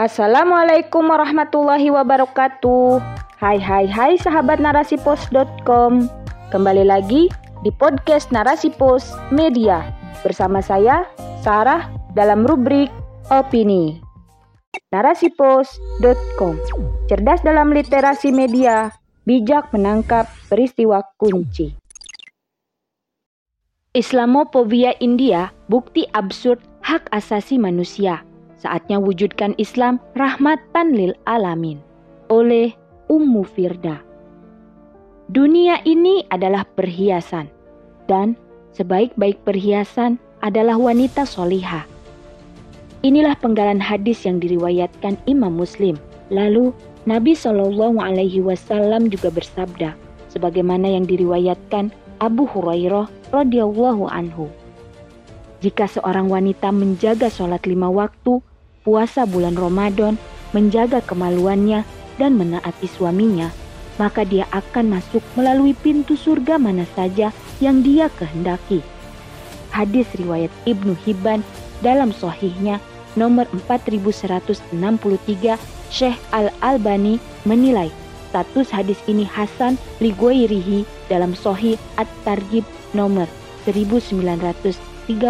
Assalamualaikum warahmatullahi wabarakatuh. Hai sahabat narasipos.com. Kembali lagi di podcast Narasi Pos Media bersama saya Sarah dalam rubrik Opini. Narasipos.com. Cerdas dalam literasi media, bijak menangkap peristiwa kunci. Islamophobia India, bukti absurd hak asasi manusia. Saatnya wujudkan Islam rahmatan lil alamin. Oleh Ummu Firda. Dunia ini adalah perhiasan, dan sebaik-baik perhiasan adalah wanita solihah. Inilah penggalan hadis yang diriwayatkan Imam Muslim. Lalu Nabi SAW juga bersabda, sebagaimana yang diriwayatkan Abu Hurairah radhiyallahu anhu. Jika seorang wanita menjaga sholat 5 waktu, puasa bulan Ramadan, menjaga kemaluannya, dan menaati suaminya, maka dia akan masuk melalui pintu surga mana saja yang dia kehendaki. Hadis riwayat Ibnu Hibban dalam Shahihnya nomor 4163, Syekh Al-Albani menilai status hadis ini hasan li ghairihi dalam Shahih At-Targhib nomor 1931.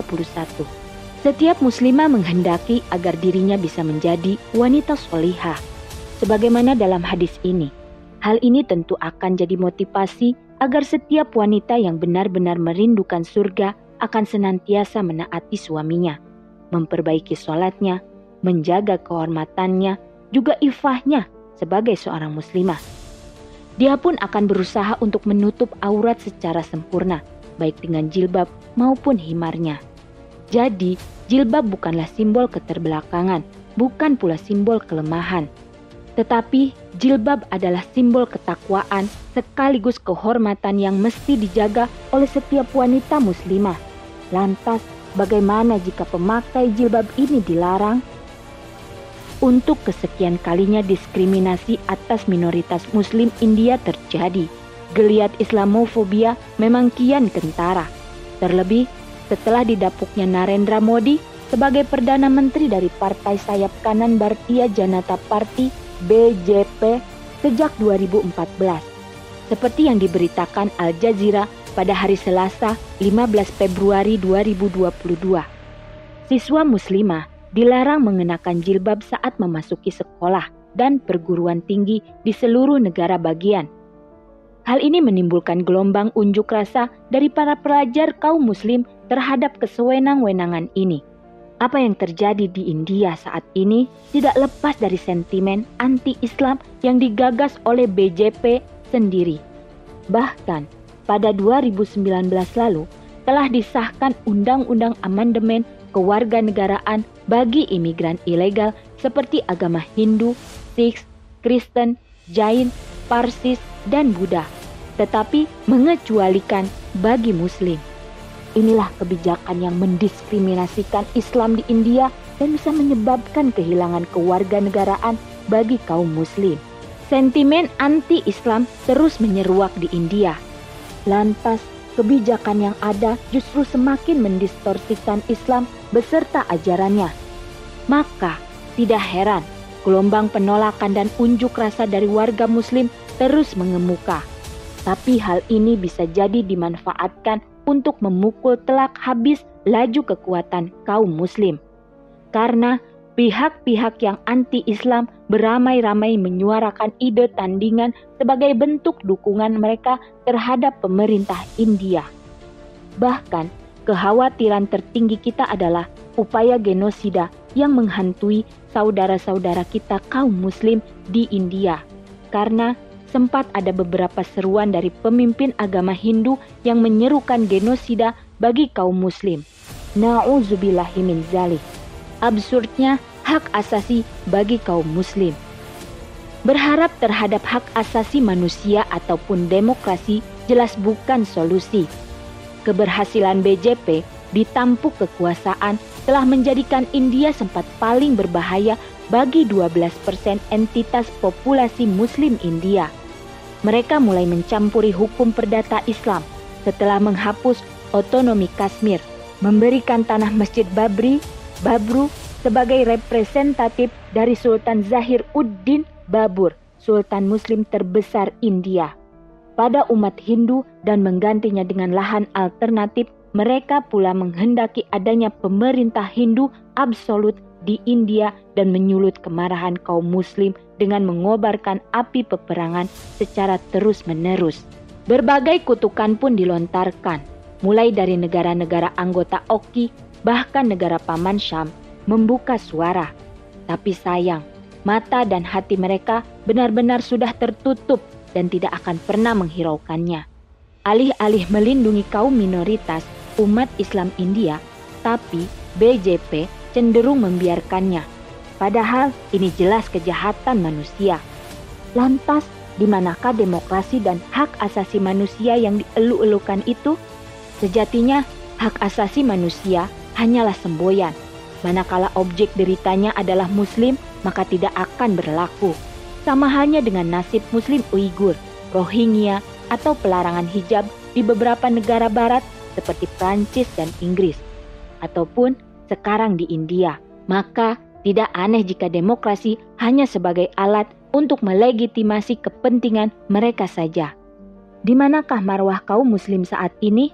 Setiap muslimah menghendaki agar dirinya bisa menjadi wanita solihah. Sebagaimana dalam hadis ini, hal ini tentu akan jadi motivasi agar setiap wanita yang benar-benar merindukan surga akan senantiasa menaati suaminya, memperbaiki sholatnya, menjaga kehormatannya, juga ifahnya sebagai seorang muslimah. Dia pun akan berusaha untuk menutup aurat secara sempurna, baik dengan jilbab maupun himarnya. Jadi, jilbab bukanlah simbol keterbelakangan, bukan pula simbol kelemahan. Tetapi, jilbab adalah simbol ketakwaan sekaligus kehormatan yang mesti dijaga oleh setiap wanita muslimah. Lantas, bagaimana jika pemakai jilbab ini dilarang? Untuk kesekian kalinya diskriminasi atas minoritas muslim India terjadi. Geliat Islamophobia memang kian kentara. Terlebih setelah didapuknya Narendra Modi sebagai Perdana Menteri dari Partai Sayap Kanan Bharatiya Janata Party BJP sejak 2014. Seperti yang diberitakan Al Jazeera pada hari Selasa 15 Februari 2022. Siswa muslimah dilarang mengenakan jilbab saat memasuki sekolah dan perguruan tinggi di seluruh negara bagian. Hal ini menimbulkan gelombang unjuk rasa dari para pelajar kaum muslim terhadap kesewenang-wenangan ini. Apa yang terjadi di India saat ini tidak lepas dari sentimen anti-Islam yang digagas oleh BJP sendiri. Bahkan pada 2019 lalu telah disahkan Undang-Undang Amandemen Kewarganegaraan bagi imigran ilegal seperti agama Hindu, Sikh, Kristen, Jain, Parsis, dan Buddha, tetapi mengecualikan bagi Muslim. Inilah kebijakan yang mendiskriminasikan Islam di India dan bisa menyebabkan kehilangan kewarganegaraan bagi kaum Muslim. Sentimen anti-Islam terus menyeruak di India. Lantas, kebijakan yang ada justru semakin mendistorsikan Islam beserta ajarannya. Maka, tidak heran gelombang penolakan dan unjuk rasa dari warga Muslim terus mengemuka. Tapi hal ini bisa jadi dimanfaatkan untuk memukul telak habis laju kekuatan kaum Muslim. Karena pihak-pihak yang anti-Islam beramai-ramai menyuarakan ide tandingan sebagai bentuk dukungan mereka terhadap pemerintah India. Bahkan, kekhawatiran tertinggi kita adalah upaya genosida yang menghantui saudara-saudara kita kaum Muslim di India. Karena sempat ada beberapa seruan dari pemimpin agama Hindu yang menyerukan genosida bagi kaum Muslim. Na'udzubillahi min dzalik. Absurdnya hak asasi bagi kaum Muslim. Berharap terhadap hak asasi manusia ataupun demokrasi jelas bukan solusi. Keberhasilan BJP ditampuk kekuasaan telah menjadikan India sempat paling berbahaya bagi 12% entitas populasi Muslim India. Mereka mulai mencampuri hukum perdata Islam setelah menghapus otonomi Kashmir, memberikan tanah Masjid Babru sebagai representatif dari Sultan Zahir Uddin Babur, Sultan Muslim terbesar India, pada umat Hindu dan menggantinya dengan lahan alternatif. Mereka pula menghendaki adanya pemerintah Hindu absolut di India dan menyulut kemarahan kaum Muslim dengan mengobarkan api peperangan secara terus-menerus. Berbagai kutukan pun dilontarkan, mulai dari negara-negara anggota Oki, bahkan negara Paman Syam membuka suara. Tapi sayang, mata dan hati mereka benar-benar sudah tertutup dan tidak akan pernah menghiraukannya. Alih-alih melindungi kaum minoritas umat Islam India, tapi BJP cenderung membiarkannya. Padahal ini jelas kejahatan manusia. Lantas, di manakah demokrasi dan hak asasi manusia yang dielu-elukan itu? Sejatinya, hak asasi manusia hanyalah semboyan. Manakala objek deritanya adalah Muslim, maka tidak akan berlaku. Sama halnya dengan nasib Muslim Uighur, Rohingya, atau pelarangan hijab di beberapa negara barat seperti Prancis dan Inggris, ataupun sekarang di India. Maka tidak aneh jika demokrasi hanya sebagai alat untuk melegitimasi kepentingan mereka saja. Di manakah marwah kaum Muslim saat ini?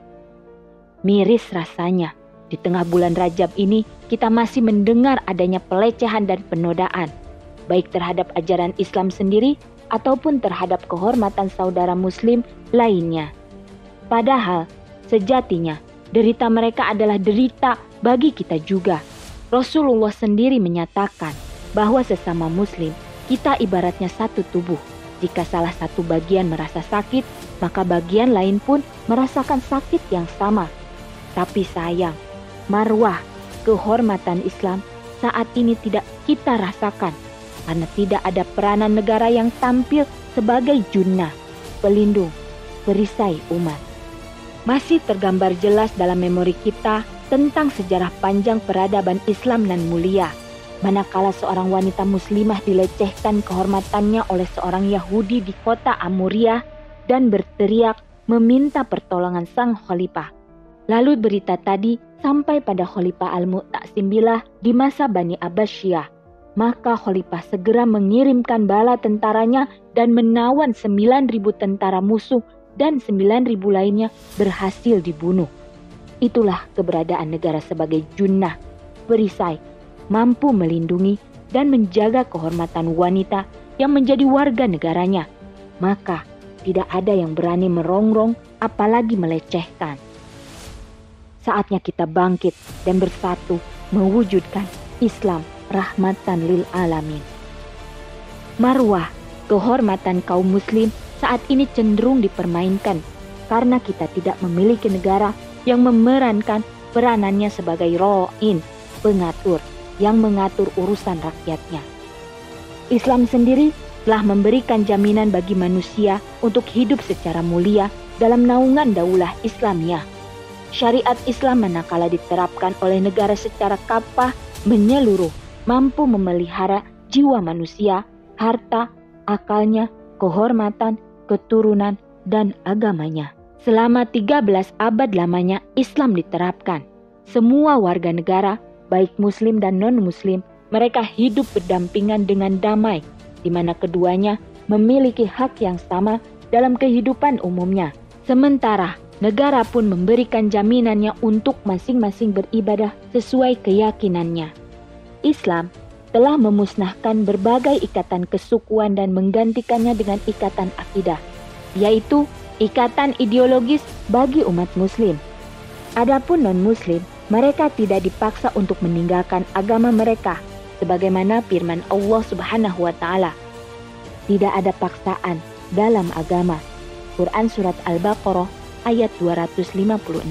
Miris rasanya. Di tengah bulan Rajab ini kita masih mendengar adanya pelecehan dan penodaan, baik terhadap ajaran Islam sendiri ataupun terhadap kehormatan saudara Muslim lainnya. Padahal sejatinya derita mereka adalah derita bagi kita juga. Rasulullah sendiri menyatakan bahwa sesama Muslim kita ibaratnya satu tubuh. Jika salah satu bagian merasa sakit, maka bagian lain pun merasakan sakit yang sama. Tapi sayang, marwah, kehormatan Islam saat ini tidak kita rasakan karena tidak ada peranan negara yang tampil sebagai junnah, pelindung, perisai umat. Masih tergambar jelas dalam memori kita tentang sejarah panjang peradaban Islam nan mulia. Manakala seorang wanita muslimah dilecehkan kehormatannya oleh seorang Yahudi di kota Amuriah dan berteriak meminta pertolongan sang khalifah. Lalu berita tadi sampai pada Khalifah Al-Mu'tasim Billah di masa Bani Abbasiyah. Maka khalifah segera mengirimkan bala tentaranya dan menawan 9.000 tentara musuh dan 9.000 lainnya berhasil dibunuh. Itulah keberadaan negara sebagai junnah, perisai, mampu melindungi dan menjaga kehormatan wanita yang menjadi warga negaranya. Maka tidak ada yang berani merongrong apalagi melecehkan. Saatnya kita bangkit dan bersatu mewujudkan Islam rahmatan lil alamin. Marwah, kehormatan kaum muslim saat ini cenderung dipermainkan karena kita tidak memiliki negara yang memerankan peranannya sebagai ro'in, pengatur, yang mengatur urusan rakyatnya. Islam sendiri telah memberikan jaminan bagi manusia untuk hidup secara mulia dalam naungan daulah Islamiyah. Syariat Islam manakala diterapkan oleh negara secara kafah menyeluruh, mampu memelihara jiwa manusia, harta, akalnya, kehormatan, keturunan, dan agamanya. Selama 13 abad lamanya Islam diterapkan. Semua warga negara, baik muslim dan non-muslim, mereka hidup berdampingan dengan damai, di mana keduanya memiliki hak yang sama dalam kehidupan umumnya. Sementara negara pun memberikan jaminannya untuk masing-masing beribadah sesuai keyakinannya. Islam telah memusnahkan berbagai ikatan kesukuan dan menggantikannya dengan ikatan akidah, yaitu ikatan ideologis bagi umat muslim. Adapun non-muslim, mereka tidak dipaksa untuk meninggalkan agama mereka, sebagaimana firman Allah Subhanahu wa Ta'ala. Tidak ada paksaan dalam agama. Quran Surat Al-Baqarah ayat 256.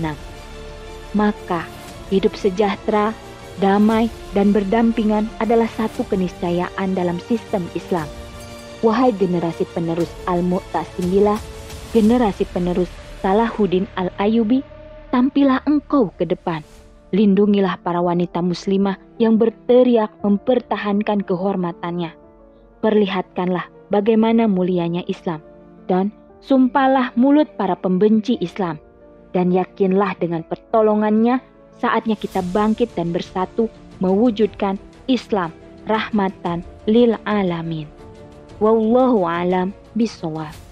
Maka hidup sejahtera, damai, dan berdampingan adalah satu keniscayaan dalam sistem Islam. Wahai generasi penerus Al-Mu'tasim Billah, generasi penerus Salahuddin Al-Ayyubi, tampillah engkau ke depan. Lindungilah para wanita muslimah yang berteriak mempertahankan kehormatannya. Perlihatkanlah bagaimana mulianya Islam, dan sumpahlah mulut para pembenci Islam. Dan yakinlah dengan pertolongannya, saatnya kita bangkit dan bersatu mewujudkan Islam rahmatan lil alamin. Wallahu alam bisawab.